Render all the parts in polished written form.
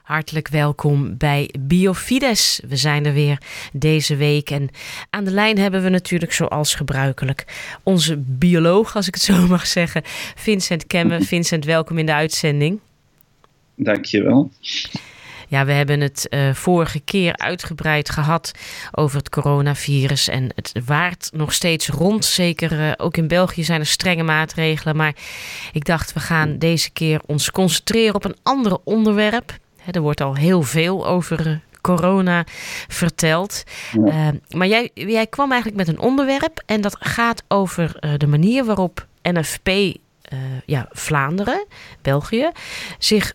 Hartelijk welkom bij Biofides. We zijn er weer deze week en aan de lijn hebben we natuurlijk zoals gebruikelijk onze bioloog, als ik het zo mag zeggen, Vincent Kemme. Vincent, welkom in de uitzending. Dankjewel. Ja, we hebben het vorige keer uitgebreid gehad over het coronavirus en het waart nog steeds rond. Zeker ook in België zijn er strenge maatregelen, maar ik dacht we gaan deze keer ons concentreren op een ander onderwerp. Er wordt al heel veel over corona verteld. Ja. Maar jij kwam eigenlijk met een onderwerp en dat gaat over de manier waarop NFP Vlaanderen, België, zich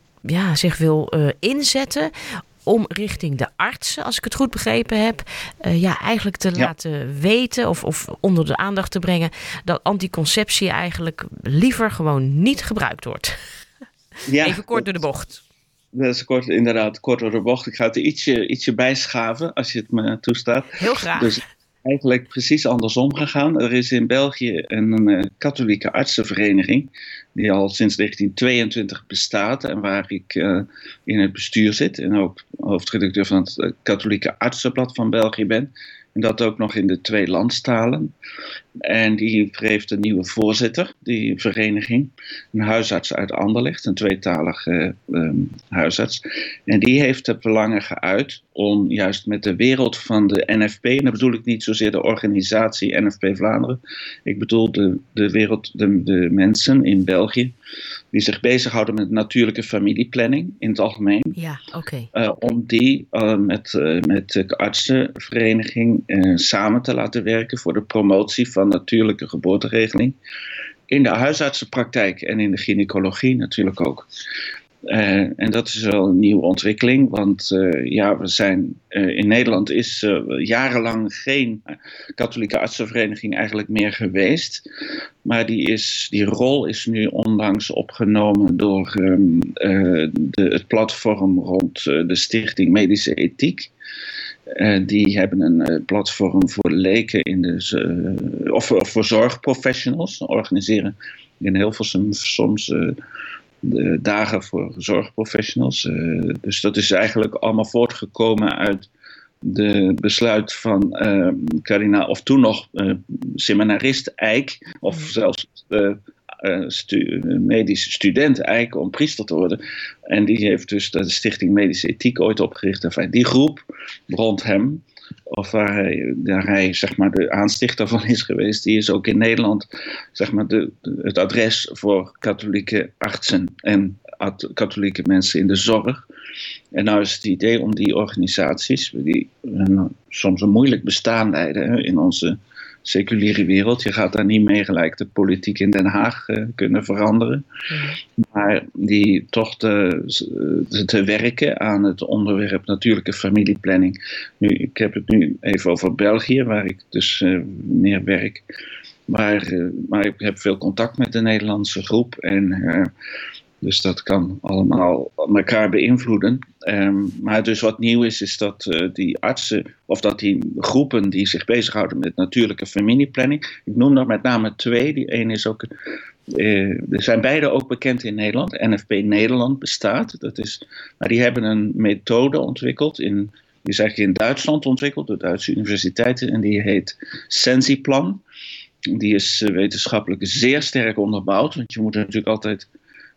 wil inzetten om richting de artsen, als ik het goed begrepen heb, eigenlijk te laten weten of onder de aandacht te brengen dat anticonceptie eigenlijk liever gewoon niet gebruikt wordt. Ja, even kort door de bocht. Dat is inderdaad kort door de bocht. Ik ga het ietsje bijschaven, als je het me toestaat. Heel graag. Dus eigenlijk precies andersom gegaan. Er is in België een katholieke artsenvereniging die al sinds 1922 bestaat en waar ik in het bestuur zit en ook hoofdredacteur van het katholieke artsenblad van België ben. En dat ook nog in de 2 landstalen. En die heeft een nieuwe voorzitter, die vereniging. Een huisarts uit Anderlecht, een 2-talige huisarts. En die heeft het verlangen geuit om juist met de wereld van de NFP... en dan bedoel ik niet zozeer de organisatie NFP Vlaanderen. Ik bedoel de wereld, de mensen in België die zich bezighouden met natuurlijke familieplanning in het algemeen. Ja, oké. Om die met de artsenvereniging samen te laten werken voor de promotie van natuurlijke geboorteregeling. In de huisartsenpraktijk en in de gynaecologie natuurlijk ook. En dat is wel een nieuwe ontwikkeling, want we zijn in Nederland is jarenlang geen katholieke artsenvereniging eigenlijk meer geweest. Maar die rol is nu onlangs opgenomen door het platform rond de Stichting Medische Ethiek. Die hebben een platform voor leken of voor zorgprofessionals. Ze organiseren in Hilversum soms de dagen voor zorgprofessionals. Dus dat is eigenlijk allemaal voortgekomen uit de besluit van kardinaal, of toen nog seminarist Eijk, of zelfs medische student Eijk om priester te worden. En die heeft dus de Stichting Medische Ethiek ooit opgericht. Enfin, die groep rond hem, of waar hij zeg maar de aanstichter van is geweest, die is ook in Nederland zeg maar het adres voor katholieke artsen en katholieke mensen in de zorg. En nou is het idee om die organisaties, die soms een moeilijk bestaan leiden in onze seculiere wereld. Je gaat daar niet mee gelijk de politiek in Den Haag kunnen veranderen. Maar die toch te werken aan het onderwerp natuurlijke familieplanning. Nu, ik heb het nu even over België, waar ik dus meer werk. Maar ik heb veel contact met de Nederlandse groep en dus dat kan allemaal elkaar beïnvloeden. Maar dus wat nieuw is dat die artsen, of dat die groepen die zich bezighouden met natuurlijke familieplanning, ik noem er met name 2. Die ene is ook, er zijn beide ook bekend in Nederland. NFP Nederland bestaat. Maar die hebben een methode ontwikkeld, die is eigenlijk in Duitsland ontwikkeld, door Duitse universiteiten, en die heet Sensiplan. Die is wetenschappelijk zeer sterk onderbouwd, want je moet natuurlijk altijd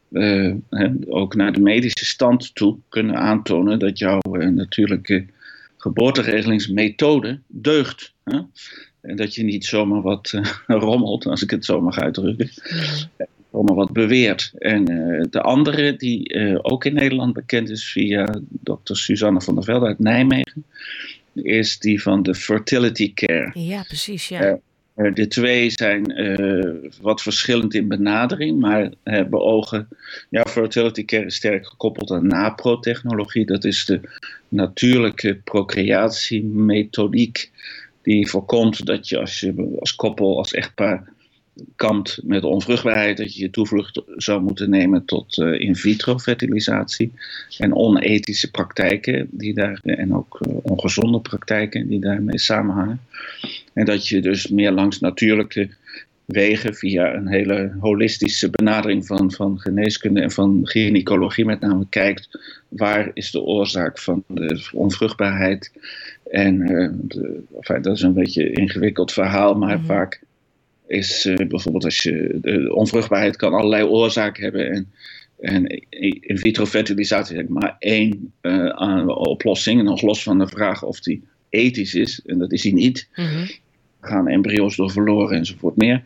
ook naar de medische stand toe kunnen aantonen dat jouw natuurlijke geboorteregelingsmethode deugt. En dat je niet zomaar wat rommelt, als ik het zo mag uitdrukken. Zomaar wat beweert. En de andere, die ook in Nederland bekend is via dokter Suzanne van der Velde uit Nijmegen, is die van de fertility care. Ja, precies, ja. De 2 zijn wat verschillend in benadering, maar beogen, fertility care is sterk gekoppeld aan naprotechnologie. Dat is de natuurlijke procreatiemethodiek die voorkomt dat je als koppel, als echtpaar kampt met onvruchtbaarheid, dat je je toevlucht zou moeten nemen tot in vitro fertilisatie en onethische praktijken en ook ongezonde praktijken die daarmee samenhangen. En dat je dus meer langs natuurlijke wegen via een hele holistische benadering van geneeskunde en van gynaecologie met name kijkt waar is de oorzaak van de onvruchtbaarheid. En dat is een beetje een ingewikkeld verhaal, maar vaak is bijvoorbeeld als de onvruchtbaarheid kan allerlei oorzaken hebben en in vitro fertilisatie is maar één oplossing en nog los van de vraag of die ethisch is, en dat is hij niet. Gaan embryo's door verloren enzovoort meer.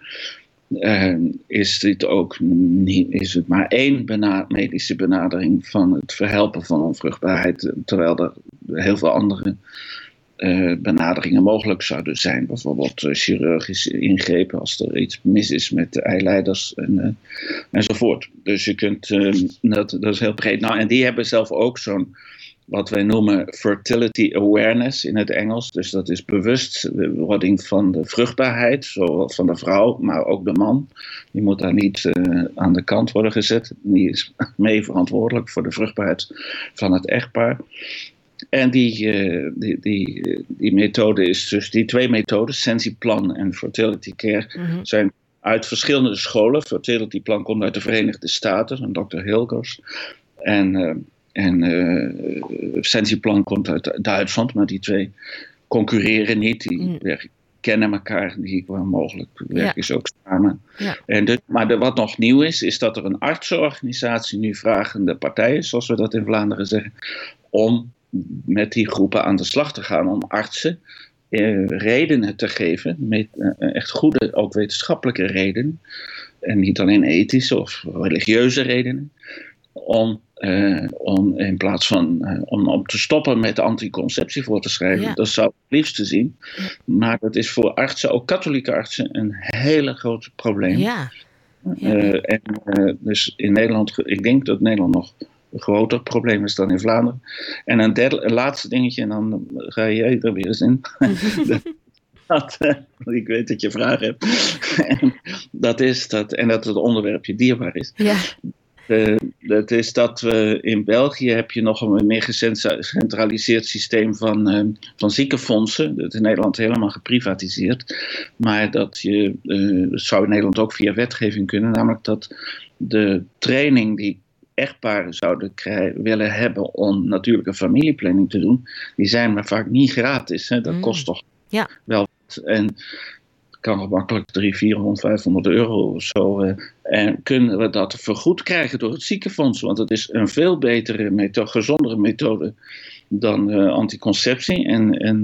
Is het maar één medische benadering van het verhelpen van onvruchtbaarheid, terwijl er heel veel andere benaderingen mogelijk zouden zijn. Bijvoorbeeld chirurgische ingrepen als er iets mis is met de eileiders enzovoort. Dus je kunt, dat is heel breed. Nou, en die hebben zelf ook zo'n wat wij noemen fertility awareness in het Engels. Dus dat is bewustwording van de vruchtbaarheid, zowel van de vrouw, maar ook de man. Die moet daar niet aan de kant worden gezet. Die is mee verantwoordelijk voor de vruchtbaarheid van het echtpaar. En die methode is dus, die twee methodes, Sensiplan en Fertility Care, zijn uit verschillende scholen. Fertility Plan komt uit de Verenigde Staten, van Dr. Hilgers. En Sensiplan komt uit Duitsland, maar die twee concurreren niet. Die kennen elkaar, die waar mogelijk werken ze ook samen. Ja. Maar wat nog nieuw is dat er een artsenorganisatie nu vragende partij is, zoals we dat in Vlaanderen zeggen, om met die groepen aan de slag te gaan, om artsen redenen te geven, echt goede, ook wetenschappelijke redenen, en niet alleen ethische of religieuze redenen, om in plaats van om te stoppen met anticonceptie voor te schrijven. Ja. Dat zou ik het liefst zien. Maar dat is voor artsen, ook katholieke artsen, een hele groot probleem. Ja. Dus in Nederland, ik denk dat Nederland nog een groter probleem is dan in Vlaanderen. En een laatste dingetje, en dan ga jij er weer eens in. Ik weet dat je vragen hebt. En dat het onderwerpje dierbaar is. Ja. Dat is dat we in België heb je nog een meer gecentraliseerd systeem van ziekenfondsen. Dat is in Nederland helemaal geprivatiseerd. Maar dat zou in Nederland ook via wetgeving kunnen. Namelijk dat de training die echtparen zouden willen hebben om natuurlijke familieplanning te doen, die zijn maar vaak niet gratis. Hè? Dat kost toch wel wat. En kan gemakkelijk 300, 400, 500 euro of zo. En kunnen we dat vergoed krijgen door het ziekenfonds? Want het is een veel betere gezondere methode dan anticonceptie.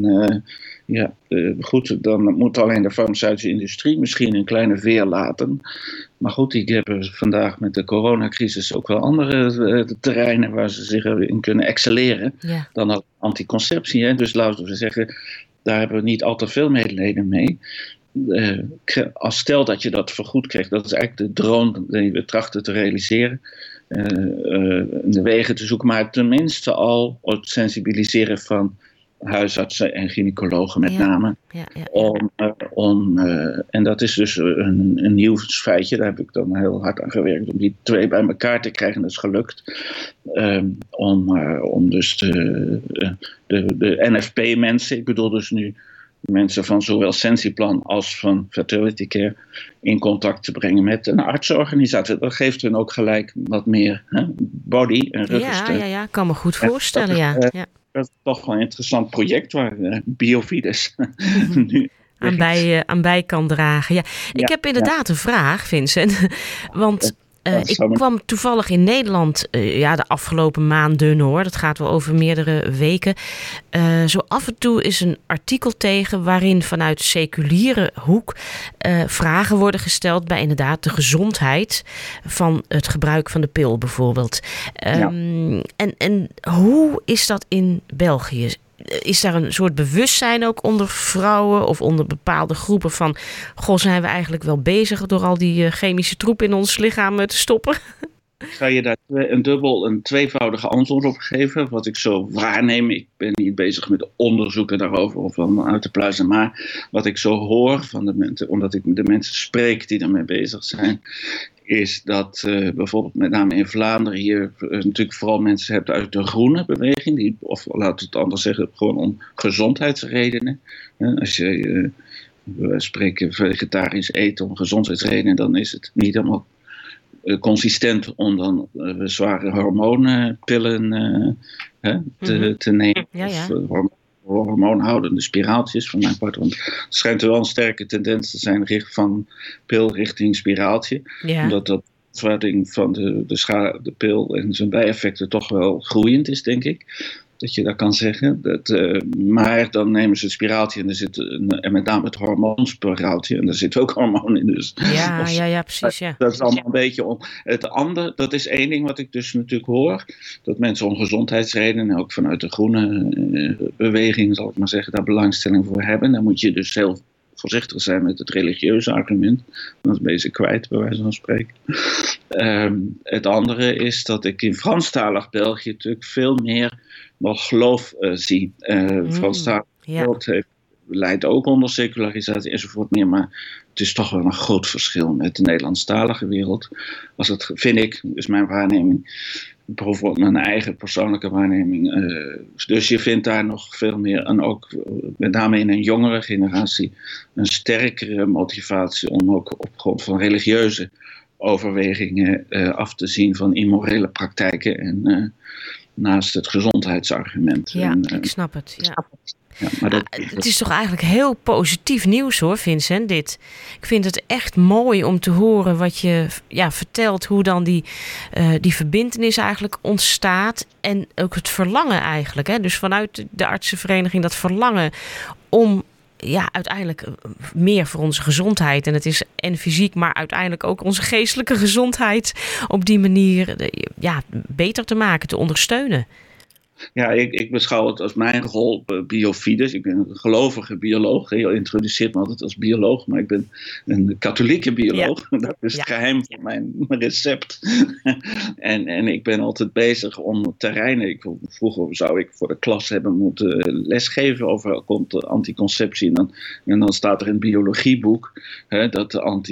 Goed, dan moet alleen de farmaceutische industrie misschien een kleine veer laten. Maar goed, die hebben vandaag met de coronacrisis ook wel andere terreinen waar ze zich in kunnen excelleren dan anticonceptie. Hè? Dus laten we zeggen, daar hebben we niet al te veel medelijden mee. Als stel dat je dat vergoed krijgt, dat is eigenlijk de droom die we trachten te realiseren. De wegen te zoeken, maar tenminste al het sensibiliseren van huisartsen en gynaecologen met name. En dat is dus een nieuw feitje, daar heb ik dan heel hard aan gewerkt om die twee bij elkaar te krijgen. Dat is gelukt. Om dus de NFP-mensen, ik bedoel dus nu mensen van zowel Sensiplan als van Fertility Care in contact te brengen met een artsenorganisatie. Dat geeft hun ook gelijk wat meer body en ruggensteun. Ja, ik kan me goed voorstellen, Dat is toch wel een interessant project waar Biofides nu aan bij kan dragen. Ja. Ik heb inderdaad een vraag, Vincent. Want ik kwam toevallig in Nederland de afgelopen maanden hoor. Dat gaat wel over meerdere weken. Zo af en toe is een artikel tegen waarin vanuit seculiere hoek vragen worden gesteld bij inderdaad de gezondheid van het gebruik van de pil bijvoorbeeld. En hoe is dat in België? Is daar een soort bewustzijn ook onder vrouwen of onder bepaalde groepen van, zijn we eigenlijk wel bezig door al die chemische troep in ons lichaam te stoppen? Ik ga je daar een tweevoudige antwoord op geven, wat ik zo waarneem. Ik ben niet bezig met onderzoeken daarover of allemaal uit te pluizen, maar wat ik zo hoor van de mensen, omdat ik de mensen spreek die daarmee bezig zijn, is dat bijvoorbeeld met name in Vlaanderen hier natuurlijk vooral mensen hebt uit de groene beweging, of laten we het anders zeggen, gewoon om gezondheidsredenen. Als je we spreken vegetarisch eten om gezondheidsredenen, dan is het niet helemaal consistent om dan zware hormoonpillen te nemen. Ja, ja. Of hormoonhoudende spiraaltjes van mijn part. Want er schijnt er wel een sterke tendens te zijn van pil richting spiraaltje. Ja. Omdat dat afzwaarding van de pil en zijn bijeffecten toch wel groeiend is, denk ik. Dat je dat kan zeggen. Maar dan nemen ze het spiraaltje en met name het hormoonspiraaltje. En daar zit ook hormoon in. Dus, ja, precies. Ja. Dat is allemaal een beetje het andere, dat is één ding wat ik dus natuurlijk hoor. Dat mensen om gezondheidsredenen, ook vanuit de groene beweging, zal ik maar zeggen, daar belangstelling voor hebben. Dan moet je dus heel voorzichtig zijn met het religieuze argument. Dan ben je ze kwijt, bij wijze van spreken. Het andere is dat ik in Franstalig België natuurlijk veel meer nog geloof zie. Franstalig wereld leidt ook onder secularisatie enzovoort meer, maar het is toch wel een groot verschil met de Nederlandstalige wereld. Vind ik, is mijn waarneming, mijn eigen persoonlijke waarneming. Dus je vindt daar nog veel meer, en ook met name in een jongere generatie, een sterkere motivatie om ook op grond van religieuze overwegingen af te zien van immorele praktijken en naast het gezondheidsargument. Ja, ik snap het. Ja. Ja, maar het is toch eigenlijk heel positief nieuws hoor, Vincent, dit. Ik vind het echt mooi om te horen wat je vertelt, hoe dan die verbintenis eigenlijk ontstaat en ook het verlangen eigenlijk. Hè? Dus vanuit de artsenvereniging dat verlangen om uiteindelijk meer voor onze gezondheid. En het is en fysiek, maar uiteindelijk ook onze geestelijke gezondheid op die manier beter te maken, te ondersteunen. Ja, ik beschouw het als mijn rol biofides. Ik ben een gelovige bioloog. Je introduceert me altijd als bioloog, maar ik ben een katholieke bioloog. Ja. Dat is het geheim van mijn recept. en ik ben altijd bezig om terreinen. Vroeger zou ik voor de klas hebben moeten lesgeven over anticonceptie. En dan staat er in het biologieboek dat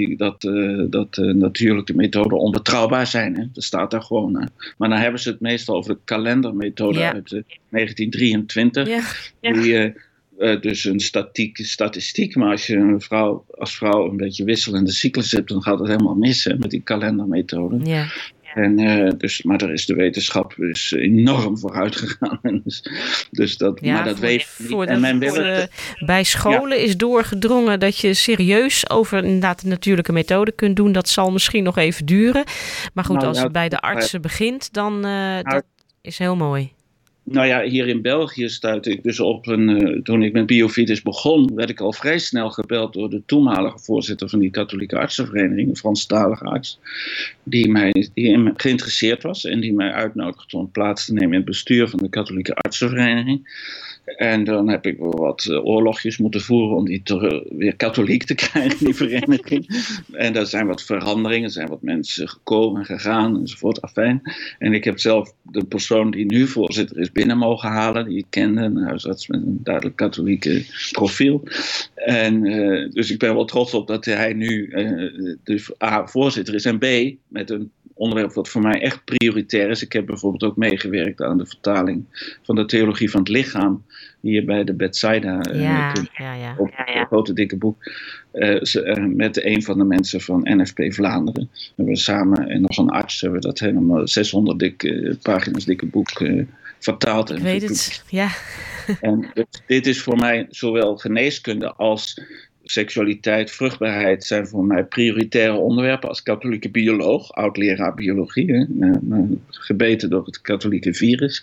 natuurlijke methoden onbetrouwbaar zijn. Hè? Dat staat daar gewoon. Maar dan hebben ze het meestal over de kalendermethode uit 1923. Ja. Die dus een statistiek, maar als je als vrouw een beetje wisselende cyclus hebt, dan gaat het helemaal mis met die kalendermethode. Ja. Maar daar is de wetenschap dus enorm vooruit gegaan. Maar dat weet ik niet. Bij scholen is doorgedrongen dat je serieus over inderdaad de natuurlijke methode kunt doen. Dat zal misschien nog even duren. Maar goed, als het bij de artsen begint, dan dat is heel mooi. Nou ja, hier in België stuitte ik dus op toen ik met Biofides begon, werd ik al vrij snel gebeld door de toenmalige voorzitter van die katholieke artsenvereniging, een Franstalige arts, die geïnteresseerd was en die mij uitnodigde om plaats te nemen in het bestuur van de katholieke artsenvereniging. En dan heb ik wel wat oorlogjes moeten voeren om die weer katholiek te krijgen, die vereniging. En er zijn wat veranderingen, er zijn wat mensen gekomen en gegaan enzovoort, afijn. En ik heb zelf de persoon die nu voorzitter is binnen mogen halen, die ik kende, een huisarts met een duidelijk katholieke profiel. En dus ik ben wel trots op dat hij nu A, voorzitter is en B, met een onderwerp wat voor mij echt prioritair is. Ik heb bijvoorbeeld ook meegewerkt aan de vertaling van de theologie van het lichaam. Hier bij de Bethsaida. Op het grote dikke boek. Met een van de mensen van NFP Vlaanderen. Hebben we samen en nog een arts hebben we dat helemaal 600 pagina's dikke boek vertaald. Ik weet het, ja. En dit is voor mij zowel geneeskunde als seksualiteit, vruchtbaarheid zijn voor mij prioritaire onderwerpen als katholieke bioloog, oud-leraar biologie, gebeten door het katholieke virus.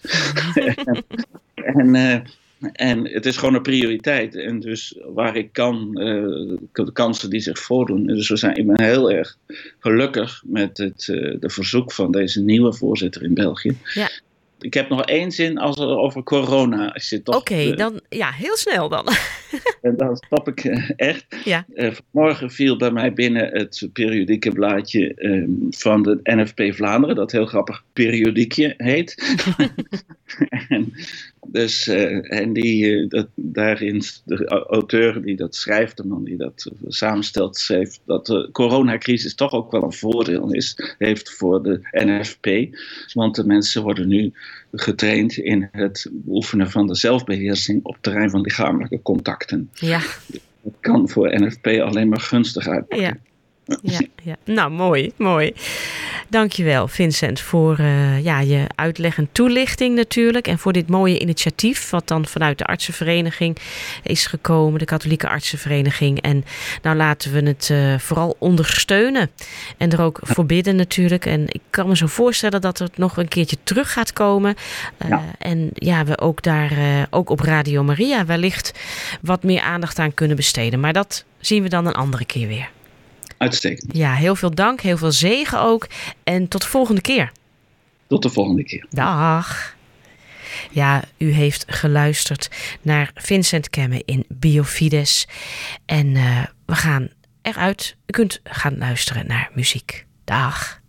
En het is gewoon een prioriteit. En dus waar ik kan, de kansen die zich voordoen. Dus ik ben heel erg gelukkig met de verzoek van deze nieuwe voorzitter in België. Ja. Ik heb nog één zin over corona. Oké, dan heel snel dan. En dan stop ik echt. Ja. Vanmorgen viel bij mij binnen het periodieke blaadje van de NFP Vlaanderen, dat heel grappig periodiekje heet. Daarin, de auteur die dat schrijft, de man die dat samenstelt, schreef dat de coronacrisis toch ook wel een voordeel heeft voor de NFP. Want de mensen worden nu getraind in het oefenen van de zelfbeheersing op het terrein van lichamelijke contacten. Ja. Dat kan voor NFP alleen maar gunstig uitpakken. Ja. Nou, mooi. Dankjewel, Vincent, voor je uitleg en toelichting natuurlijk. En voor dit mooie initiatief wat dan vanuit de artsenvereniging is gekomen. De katholieke artsenvereniging. En nou laten we het vooral ondersteunen. En er ook voor bidden natuurlijk. En ik kan me zo voorstellen dat het nog een keertje terug gaat komen. En we ook daar ook op Radio Maria wellicht wat meer aandacht aan kunnen besteden. Maar dat zien we dan een andere keer weer. Uitstekend. Ja, heel veel dank, heel veel zegen ook. En tot de volgende keer. Tot de volgende keer. Dag. Ja, u heeft geluisterd naar Vincent Kemme in Biofides. En we gaan eruit. U kunt gaan luisteren naar muziek. Dag.